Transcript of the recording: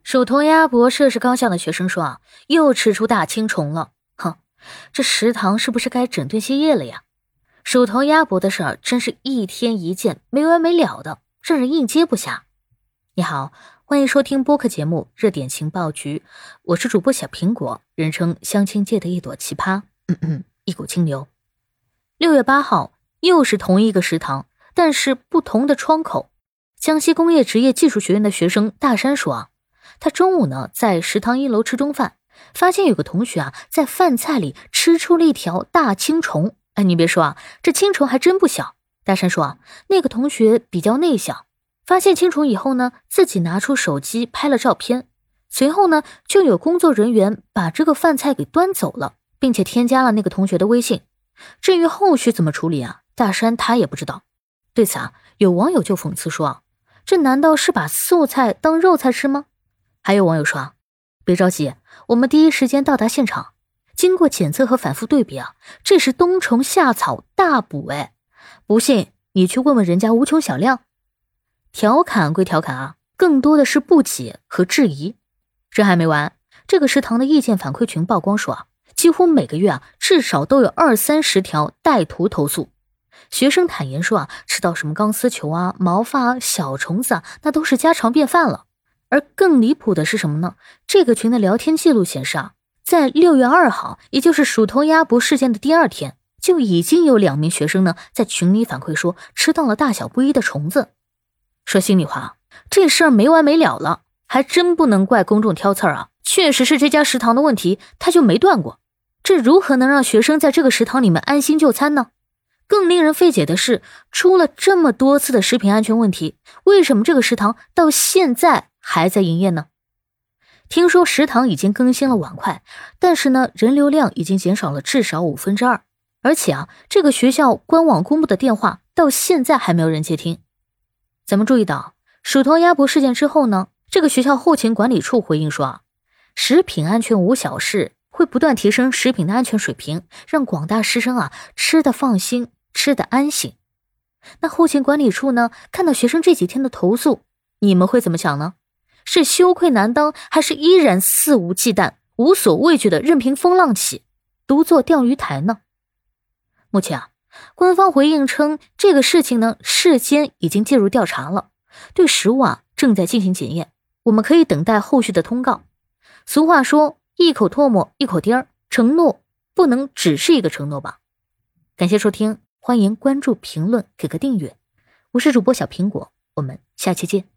鼠头鸭脖涉世高校的学生说啊，又吃出大青虫了。哼，这食堂是不是该整顿歇业了呀？鼠头鸭脖的事儿真是一天一件，没完没了的，让人应接不暇。你好，欢迎收听播客节目《热点情报局》，我是主播小苹果，人称相亲界的一朵奇葩，一股清流。6月8号，又是同一个食堂，但是不同的窗口。江西工业职业技术学院的学生大山说啊，他中午呢在食堂1楼吃中饭，发现有个同学啊在饭菜里吃出了一条大青虫。哎，你别说啊，这青虫还真不小。大山说啊，那个同学比较内向，发现青虫以后呢，自己拿出手机拍了照片，随后呢就有工作人员把这个饭菜给端走了，并且添加了那个同学的微信。至于后续怎么处理啊，大山他也不知道。对此啊，有网友就讽刺说啊，这难道是把素菜当肉菜吃吗？还有网友说啊，别着急，我们第一时间到达现场，经过检测和反复对比啊，这是冬虫夏草大补哎，不信你去问问人家无穷小亮。调侃归调侃啊，更多的是不解和质疑。这还没完，这个食堂的意见反馈群曝光说啊，几乎每个月啊至少都有20-30条带图投诉。学生坦言说啊，吃到什么钢丝球啊、毛发啊、小虫子啊，那都是家常便饭了。而更离谱的是什么呢？这个群的聊天记录显示啊，在6月2号，也就是鼠头鸭脖事件的第2天，就已经有2名学生呢在群里反馈说吃到了大小不一的虫子。说心里话，这事儿没完没了了，还真不能怪公众挑刺儿啊，确实是这家食堂的问题，它就没断过。这如何能让学生在这个食堂里面安心就餐呢？更令人费解的是，出了这么多次的食品安全问题，为什么这个食堂到现在还在营业呢？听说食堂已经更新了碗筷，但是呢，人流量已经减少了至少2/5，而且啊，这个学校官网公布的电话到现在还没有人接听。咱们注意到，鼠头鸭脖事件之后呢，这个学校后勤管理处回应说啊，食品安全无小事，会不断提升食品的安全水平，让广大师生啊吃得放心，吃得安心。那后勤管理处呢，看到学生这几天的投诉，你们会怎么想呢？是羞愧难当，还是依然肆无忌惮、无所畏惧的任凭风浪起，独坐钓鱼台呢？目前啊，官方回应称，这个事情呢，事先已经介入调查了，对食物啊正在进行检验，我们可以等待后续的通告。俗话说，一口唾沫一口钉儿，承诺不能只是一个承诺吧。感谢收听，欢迎关注评论给个订阅，我是主播小苹果，我们下期见。